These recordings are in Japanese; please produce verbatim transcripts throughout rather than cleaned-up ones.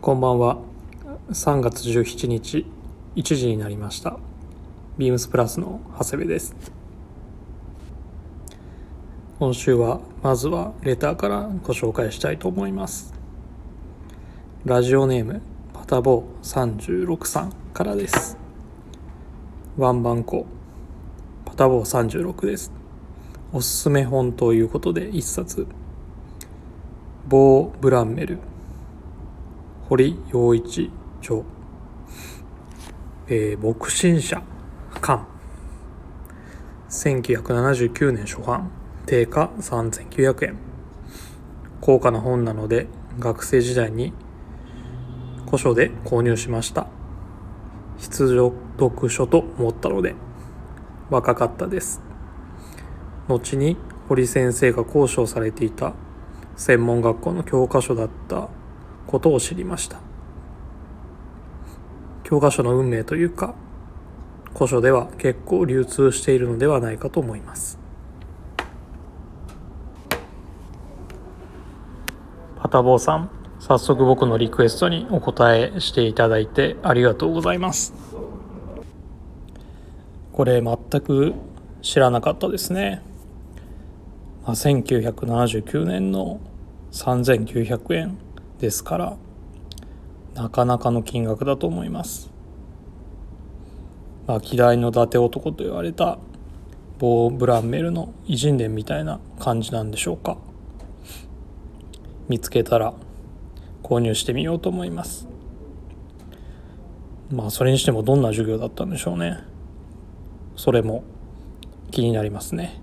こんばんは。さんがつじゅうしちにちいちじになりました。ビームスプラスの長谷部です。今週はまずはレターからご紹介したいと思います。ラジオネームパタボーさんじゅうろくさんからです。ワンバンコパタボーさんじゅうろくです。おすすめ本ということで一冊、ボー・ブランメル堀陽一著、えー、牧神社巻、せんきゅうひゃくななじゅうきゅうねん初版、定価さんぜんきゅうひゃくえん。高価な本なので学生時代に古書で購入しました。必読書と思ったので若かったです。後に堀先生が講師をされていた専門学校の教科書だったことを知りました。教科書の運命というか、古書では結構流通しているのではないかと思います。パタボーさん、早速僕のリクエストにお答えしていただいてありがとうございます。これ全く知らなかったですね。まあ、せんきゅうひゃくななじゅうきゅうねんのさんぜんきゅうひゃくえんですから、なかなかの金額だと思います。まあ、希代の伊達男と言われたボー・ブランメルの偉人伝みたいな感じなんでしょうか。見つけたら購入してみようと思います。まあそれにしてもどんな授業だったんでしょうね。それも気になりますね。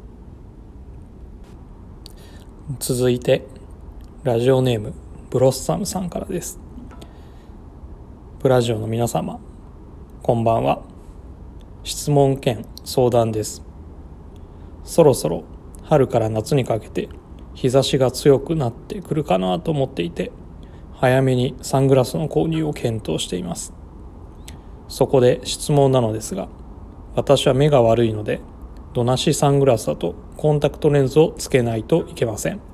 続いてラジオネームブロッサムさんからです。ブラジオの皆様、こんばんは。質問兼相談です。そろそろ春から夏にかけて日差しが強くなってくるかなと思っていて、早めにサングラスの購入を検討しています。そこで質問なのですが、私は目が悪いので度なしサングラスだとコンタクトレンズをつけないといけません。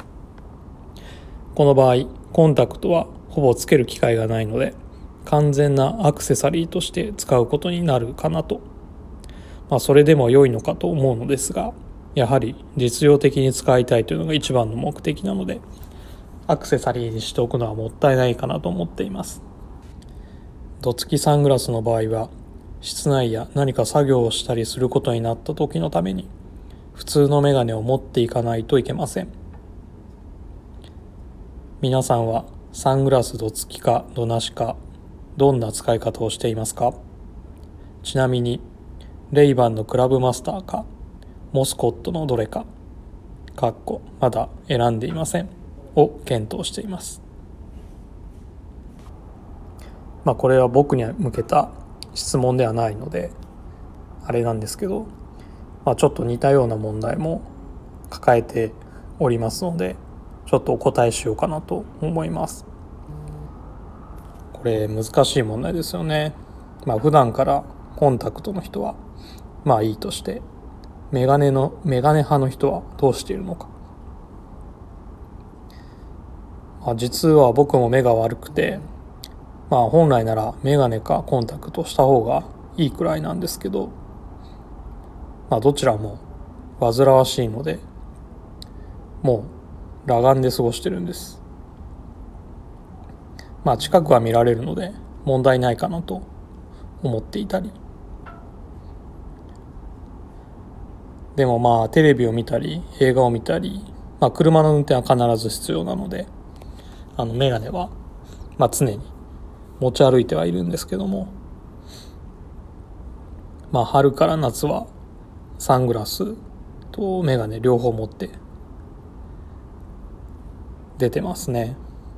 この場合コンタクトはほぼつける機会がないので、完全なアクセサリーとして使うことになるかなと。まあそれでも良いのかと思うのですが、やはり実用的に使いたいというのが一番の目的なので、アクセサリーにしておくのはもったいないかなと思っています。度付きサングラスの場合は室内や何か作業をしたりすることになった時のために普通のメガネを持っていかないといけません。皆さんはサングラス度付きか度なしか、どんな使い方をしていますか？ちなみにレイバンのクラブマスターかモスコットのどれか、かっこまだ選んでいませんを検討しています。まあこれは僕に向けた質問ではないのであれなんですけど、まあ、ちょっと似たような問題も抱えておりますので、ちょっとお答えしようかなと思います。これ難しい問題ですよね。まあ普段からコンタクトの人はまあいいとして、メガネのメガネ派の人はどうしているのか。まあ、実は僕も目が悪くて、まあ本来ならメガネかコンタクトした方がいいくらいなんですけど、まあどちらも煩わしいので、もう裸眼で過ごしてるんです。まあ近くは見られるので問題ないかなと思っていたり、でもまあテレビを見たり映画を見たり、まあ車の運転は必ず必要なので、あのメガネはまあ常に持ち歩いてはいるんですけども、まあ春から夏はサングラスとメガネ両方持って出てますね。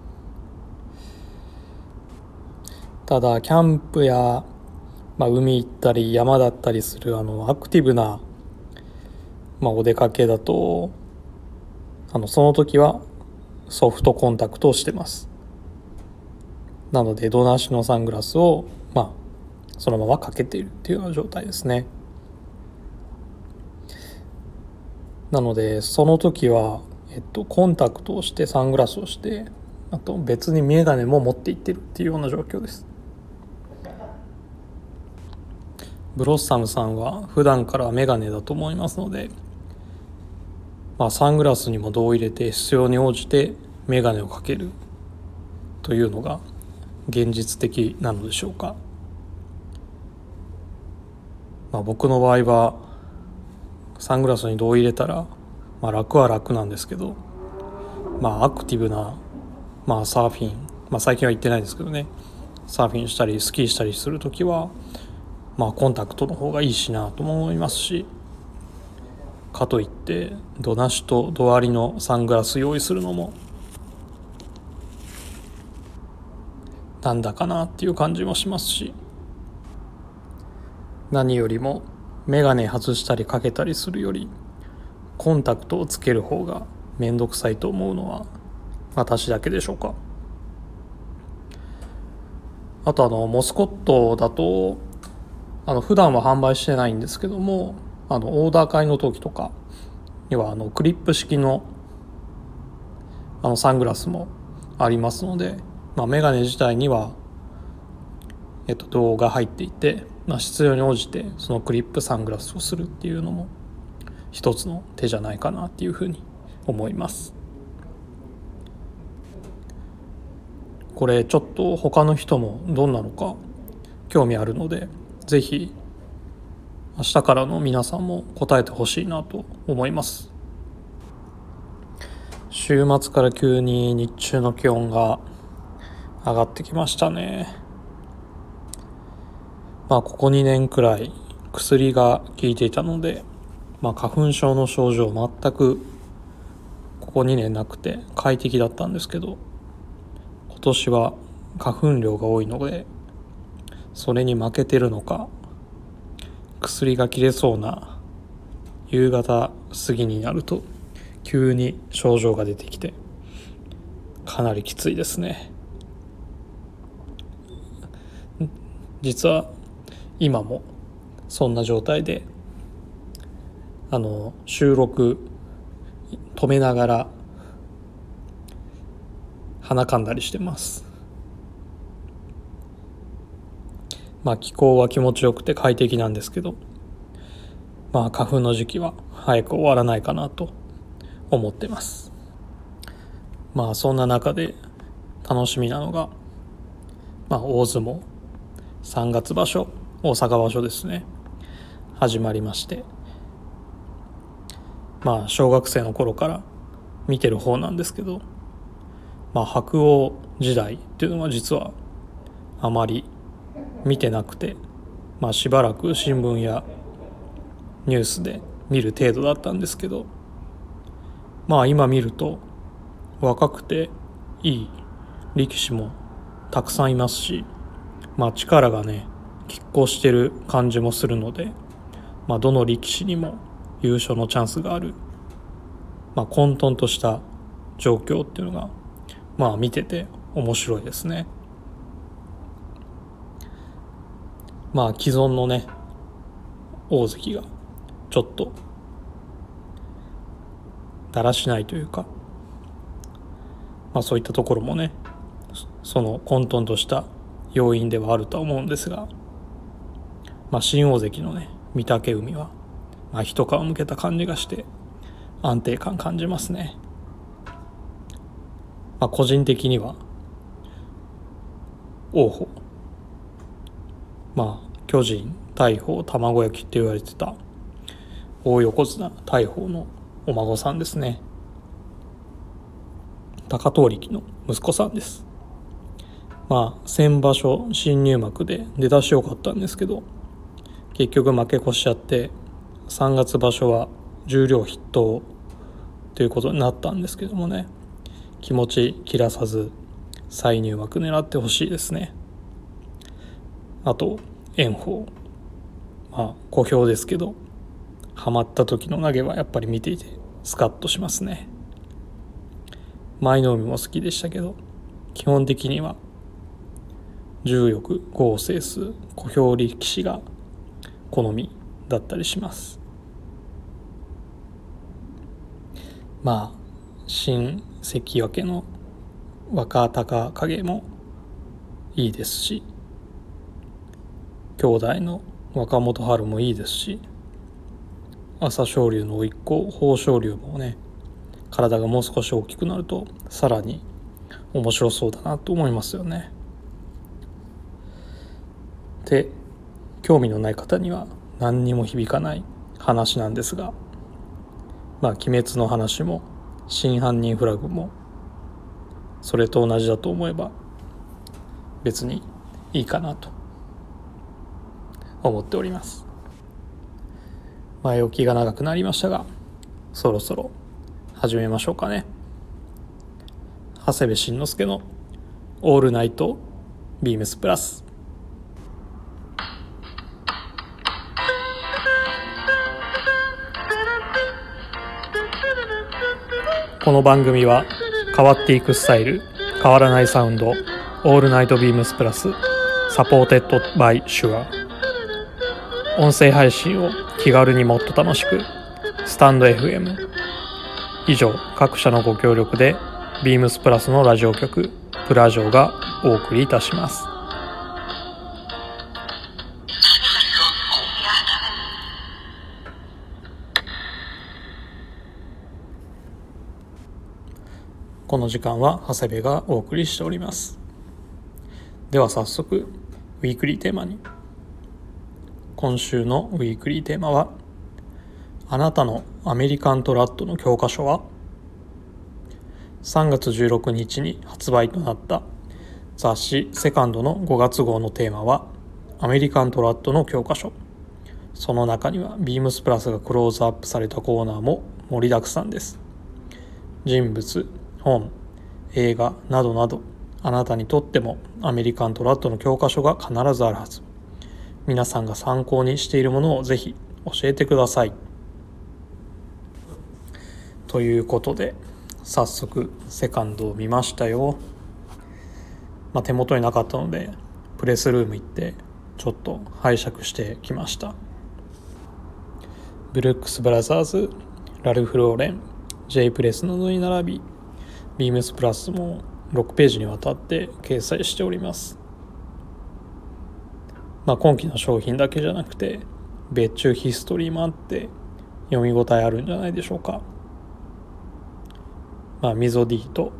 ただキャンプや、まあ、海行ったり山だったりするあのアクティブな、まあ、お出かけだと、あのその時はソフトコンタクトをしてます。なので度なしのサングラスをまあそのままかけているっていうような状態ですね。なのでその時は、えっと、コンタクトをしてサングラスをして、 あと別にメガネも持っていってるっていうような状況です。ブロッサムさんは普段からメガネだと思いますので、まあ、サングラスにも度を入れて必要に応じてメガネをかけるというのが現実的なのでしょうか。まあ、僕の場合はサングラスに度を入れたら、まあ、楽は楽なんですけど、まあ、アクティブな、まあ、サーフィン、まあ、最近は行ってないですけどね、サーフィンしたりスキーしたりするときは、まあ、コンタクトの方がいいしなとも思いますし、かといって度なしと度ありのサングラス用意するのもなんだかなっていう感じもしますし、何よりもメガネ外したりかけたりするよりコンタクトをつける方がめんどくさいと思うのは私だけでしょうか。あとあのモスコットだとあの普段は販売してないんですけども、あのオーダー会の時とかにはあのクリップ式のあのサングラスもありますので、まあ、メガネ自体にはえっと度が入っていて、まあ、必要に応じてそのクリップサングラスをするっていうのも一つの手じゃないかなっていうふうに思います。これちょっと他の人もどんなのか興味あるので、ぜひ明日からの皆さんも答えてほしいなと思います。週末から急に日中の気温が上がってきましたね。まあここにねんくらい薬が効いていたので、まあ、花粉症の症状全くここにねんなくて快適だったんですけど、今年は花粉量が多いのでそれに負けてるのか、薬が切れそうな夕方過ぎになると急に症状が出てきてかなりきついですね。実は今もそんな状態であの収録止めながら鼻かんだりしてます。まあ気候は気持ちよくて快適なんですけど、まあ花粉の時期は早く終わらないかなと思ってます。まあそんな中で楽しみなのが、まあ大相撲さんがつ場所、大阪場所ですね、始まりまして、まあ小学生の頃から見てる方なんですけど、まあ白鸚時代っていうのは実はあまり見てなくて、まあしばらく新聞やニュースで見る程度だったんですけど、まあ今見ると若くていい力士もたくさんいますし、まあ力がね拮抗してる感じもするので、まあどの力士にも優勝のチャンスがある、まあ混沌とした状況っていうのがまあ見てて面白いですね。まあ既存のね大関がちょっとだらしないというか、まあそういったところもねその混沌とした要因ではあるとは思うんですが、まあ新大関のね御嶽海はまあ一皮むけた感じがして安定感感じますね。まあ個人的には王鵬、まあ巨人大鵬卵焼きって言われてた大横綱大鵬のお孫さんですね。高遠力の息子さんです。まあ先場所新入幕で出だし良かったんですけど、結局負け越しちゃってさんがつ場所は十両筆頭ということになったんですけどもね、気持ち切らさず再入幕狙ってほしいですね。あと炎鵬、まあ小兵ですけどハマった時の投げはやっぱり見ていてスカッとしますね。舞の海も好きでしたけど、基本的には重欲豪を制す小兵力士が好みだったりします。まあ新関脇の若隆景もいいですし、兄弟の若元春もいいですし、朝青龍の甥っ子豊昇龍もね、体がもう少し大きくなるとさらに面白そうだなと思いますよね。で、興味のない方には何にも響かない話なんですが、まあ鬼滅の話も真犯人フラグもそれと同じだと思えば別にいいかなと思っております。前置きが長くなりましたが、そろそろ始めましょうかね。長谷部慎之介のオールナイトビームスプラス。この番組は変わっていくスタイル、変わらないサウンド、オールナイトビームスプラス、サポーテッドバイシュア。音声配信を気軽にもっと楽しく、スタンド エフエム。以上、各社のご協力でビームスプラスのラジオ局プラジオがお送りいたします。この時間は長谷部がお送りしております。では早速ウィークリーテーマに。今週のウィークリーテーマは、あなたのアメリカントラットの教科書は。さんがつじゅうろくにちに発売となった雑誌セカンドのごがつ号のテーマはアメリカントラットの教科書。その中にはビームスプラスがクローズアップされたコーナーも盛りだくさんです。人物、本、映画などなど、あなたにとってもアメリカントラットの教科書が必ずあるはず。皆さんが参考にしているものをぜひ教えてください。ということで、早速セカンドを見ましたよ。まあ、手元になかったのでプレスルーム行ってちょっと拝借してきました。ブルックスブラザーズ、ラルフ・ローレン、J プレスなどに並び、ビームスプラスもろくページにわたって掲載しております。まあ、今期の商品だけじゃなくて別注ヒストリーもあって読み応えあるんじゃないでしょうか。まあ、ミゾ D と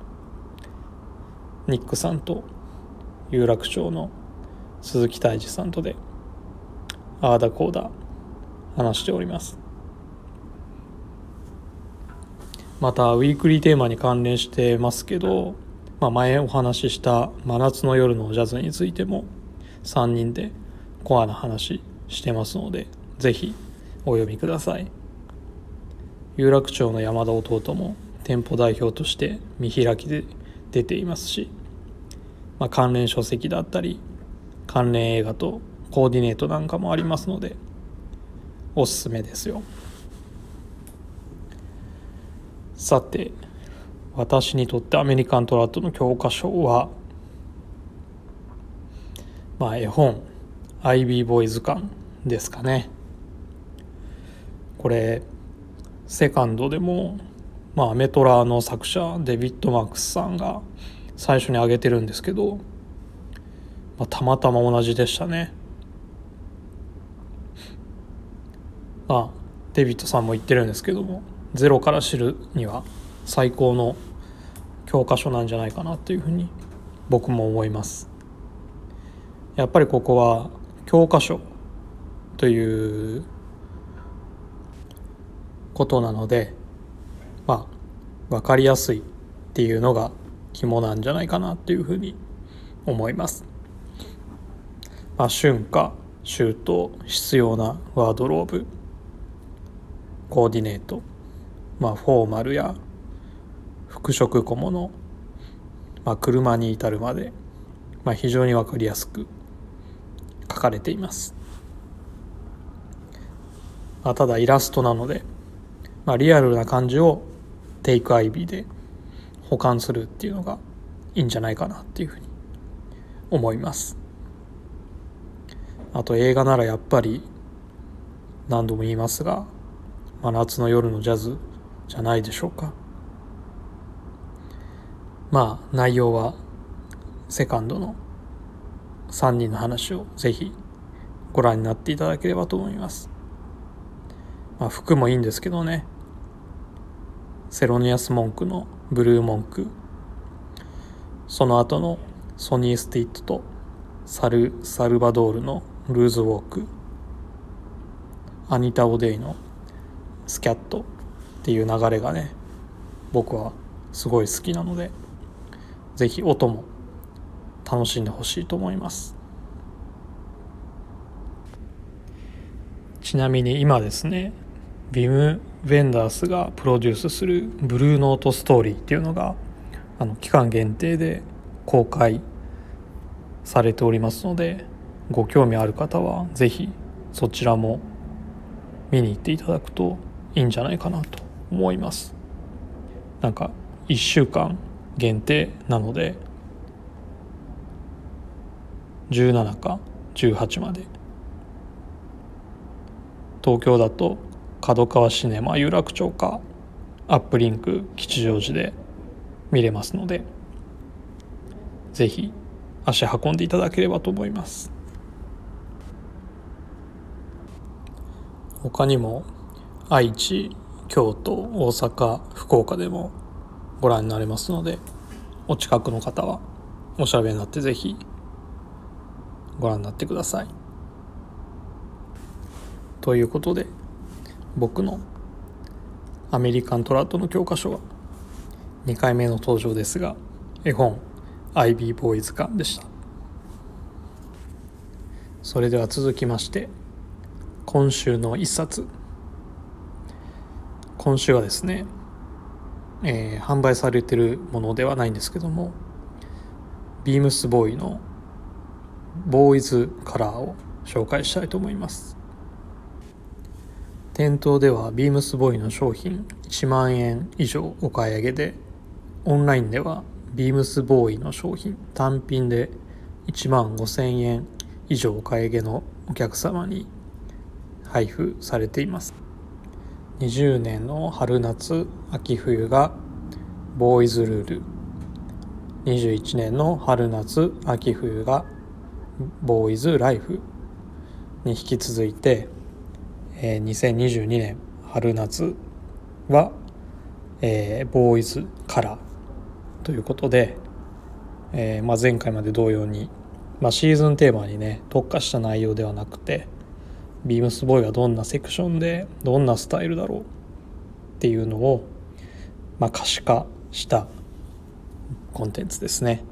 ニックさんと有楽町の鈴木泰治さんとでああだこうだ話しております。またウィークリーテーマに関連してますけど、まあ、前お話しした真夏の夜のジャズについてもさんにんでコアな話してますので、ぜひお読みください。有楽町の山田弟も店舗代表として見開きで出ていますし、まあ、関連書籍だったり関連映画とコーディネートなんかもありますのでおすすめですよ。さて、私にとってアメリカントラットの教科書は、まあ、絵本アイビーボーイズ館ですかね。これセカンドでも、まあ、アメトラの作者デビッド・マークスさんが最初に挙げてるんですけど、まあ、たまたま同じでしたね。まあデビッドさんも言ってるんですけども、ゼロから知るには最高の教科書なんじゃないかなっていうふうに僕も思います。やっぱりここは教科書ということなので、まあ分かりやすいっていうのが肝なんじゃないかなっていうふうに思います。まあ、春夏秋冬必要なワードローブ、コーディネート、まあ、フォーマルや服飾小物、まあ、車に至るまで、まあ、非常に分かりやすく書かれています。まあ、ただイラストなので、まあ、リアルな感じをテイクアイビーで保管するっていうのがいいんじゃないかなっていうふうに思います。あと映画ならやっぱり何度も言いますが、真夏の夜のジャズじゃないでしょうか。 まあ内容はセカンドのさんにんの話をぜひご覧になっていただければと思います。まあ、服もいいんですけどね、セロニアス・モンクのブルーモンク、その後のソニー・スティットとサル・サルバドールのルーズ・ウォーク、アニタ・オデイのスキャットっていう流れがね、僕はすごい好きなので、ぜひ音も楽しんでほしいと思います。ちなみに今ですね、ビム・ヴェンダースがプロデュースするブルーノートストーリーっていうのがあの期間限定で公開されておりますので、ご興味ある方はぜひそちらも見に行っていただくといいんじゃないかなと思います。なんかいっしゅうかん限定なのでじゅうななかじゅうはちまで、東京だと角川シネマ有楽町かアップリンク吉祥寺で見れますので、ぜひ足運んでいただければと思います。他にも愛知、京都、大阪、福岡でもご覧になれますので、お近くの方はおしゃべりになってぜひご覧になってください。ということで、僕のアメリカントラットの教科書はにかいめの登場ですが、絵本アイビーボーイズ館でした。それでは続きまして、今週の一冊。今週はですね、えー、販売されているものではないんですけども、ビームスボーイのボーイズカラーを紹介したいと思います。店頭ではビームスボーイの商品いちまんえん以上お買い上げで、オンラインではビームスボーイの商品単品でいちまんごせんえん以上お買い上げのお客様に配布されています。にじゅうねんの春夏秋冬がボーイズルール、にじゅういちねんの春夏秋冬がボーイズライフに引き続いて、えー、にせんにじゅうにねん春夏は、えー、ボーイズカラーということで、えーまあ、前回まで同様に、まあ、シーズンテーマにね特化した内容ではなくて、ビームスボーイがどんなセクションでどんなスタイルだろうっていうのを、まあ、可視化したコンテンツですね。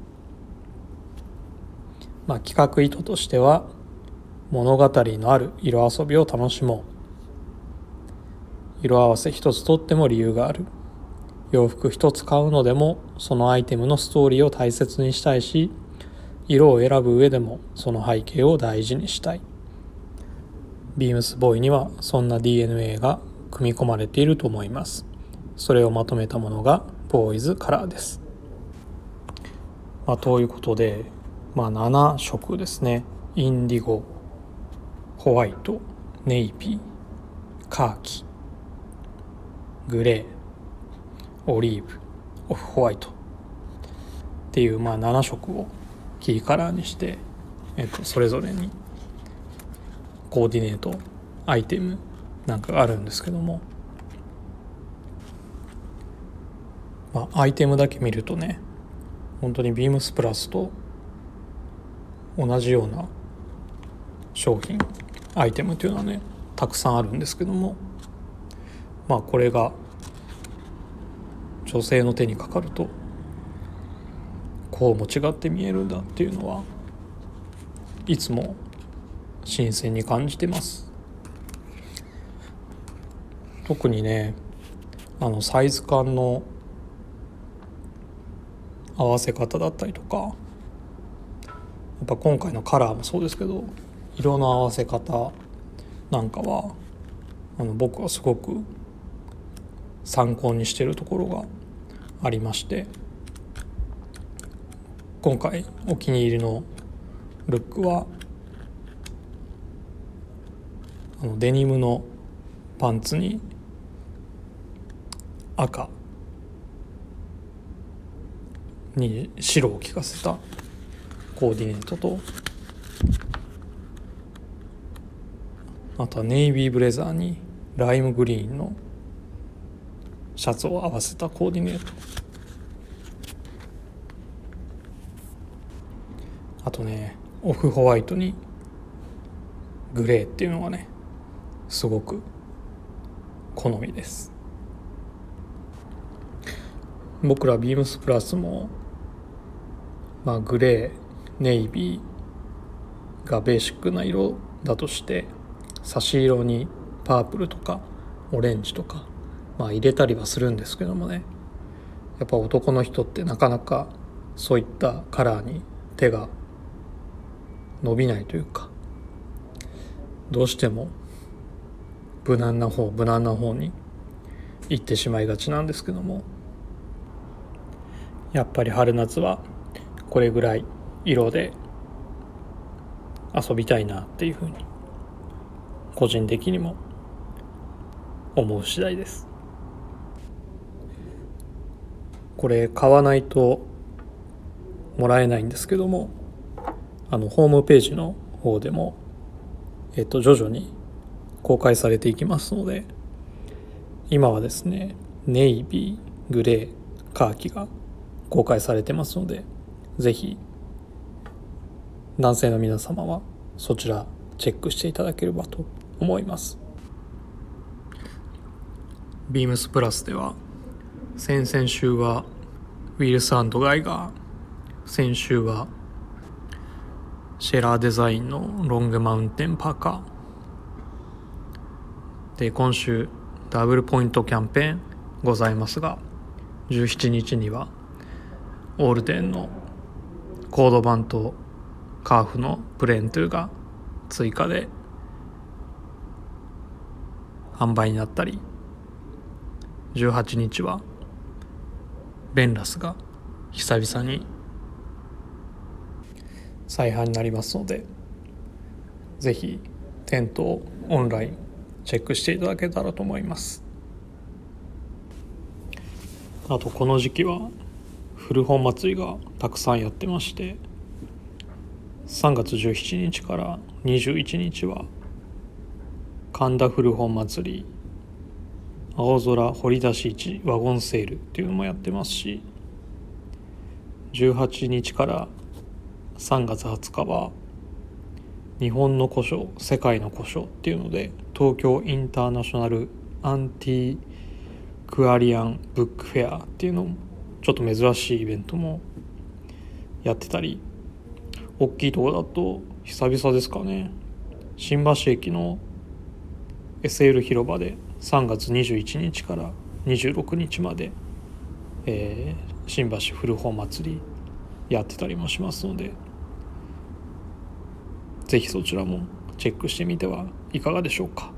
まあ、企画意図としては、物語のある色遊びを楽しもう、色合わせ一つとっても理由がある、洋服一つ買うのでもそのアイテムのストーリーを大切にしたいし、色を選ぶ上でもその背景を大事にしたい。ビームスボーイにはそんな ディーエヌエー が組み込まれていると思います。それをまとめたものがボーイズカラーです。まあ、ということで、まあ、ななしょくですね。インディゴ、ホワイト、ネイビー、カーキ、グレー、オリーブ、オフホワイトっていう、まあ、ななしょくをキーカラーにして、えっと、それぞれにコーディネートアイテムなんかがあるんですけども、まあ、アイテムだけ見るとね、本当にビームスプラスと同じような商品アイテムというのはねたくさんあるんですけども、まあこれが女性の手にかかるとこうも違って見えるんだっていうのはいつも新鮮に感じてます。特にね、あのサイズ感の合わせ方だったりとか、やっぱ今回のカラーもそうですけど、色の合わせ方なんかはあの僕はすごく参考にしているところがありまして、今回お気に入りのルックはあのデニムのパンツにに白を効かせたコーディネートと、あとはネイビーブレザーにライムグリーンのシャツを合わせたコーディネート、あとねオフホワイトにグレーっていうのがねすごく好みです。僕らビームスプラスも、まあ、グレー、ネイビーがベーシックな色だとして差し色にパープルとかオレンジとか、まあ、入れたりはするんですけどもね、やっぱ男の人ってなかなかそういったカラーに手が伸びないというか、どうしても無難な方無難な方に行ってしまいがちなんですけども、やっぱり春夏はこれぐらい色で遊びたいなっていうふうに個人的にも思う次第です。これ買わないともらえないんですけども、あのホームページの方でもえっと徐々に公開されていきますので、今はですねネイビー、グレー、カーキが公開されてますので、ぜひ男性の皆様はそちらチェックしていただければと思います。ビームスプラスでは先々週はウィルス&ガイガー、先週はシェラーデザインのロングマウンテンパーカーで、今週ダブルポイントキャンペーンございますが、じゅうしちにちにはオールデンのコード版とカーフのプレーントゥが追加で販売になったり、じゅうはちにちはベンラスが久々に再販になりますので、ぜひ店頭オンラインチェックしていただけたらと思います。あとこの時期は古本祭りがたくさんやってまして、さんがつじゅうしちにちからにじゅういちにちは神田古本祭り青空掘り出し市ワゴンセールっていうのもやってますし、じゅうはちにちからさんがつはつかは日本の古書世界の古書っていうので、東京インターナショナルアンティクアリアンブックフェアっていうのもちょっと珍しいイベントもやってたり、大きいところだと久々ですかね、新橋駅の エスエル 広場でさんがつにじゅういちにちからにじゅうろくにちまで、えー、新橋古本祭りやってたりもしますので、ぜひそちらもチェックしてみてはいかがでしょうか。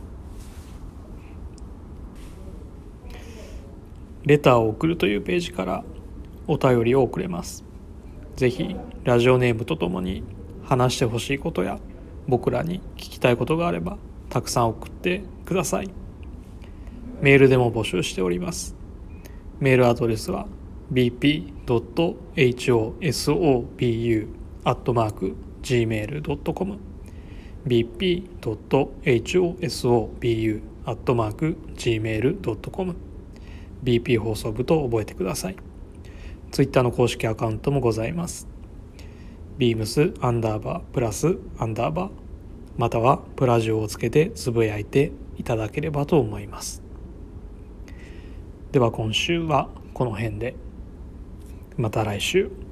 レターを送るというページからお便りを送れます。ぜひラジオネームとともに話してほしいことや僕らに聞きたいことがあればたくさん送ってください。メールでも募集しております。メールアドレスは ビーピードットホソブ アットマーク ジーメール ドットコム ビーピードットホソブ アットマーク ジーメール ドットコム ビーピー 放送部と覚えてください。ツイッターの公式アカウントもございます。ビームスアンダーバープラスアンダーバーまたはプラジオをつけてつぶやいていただければと思います。では今週はこの辺で、また来週。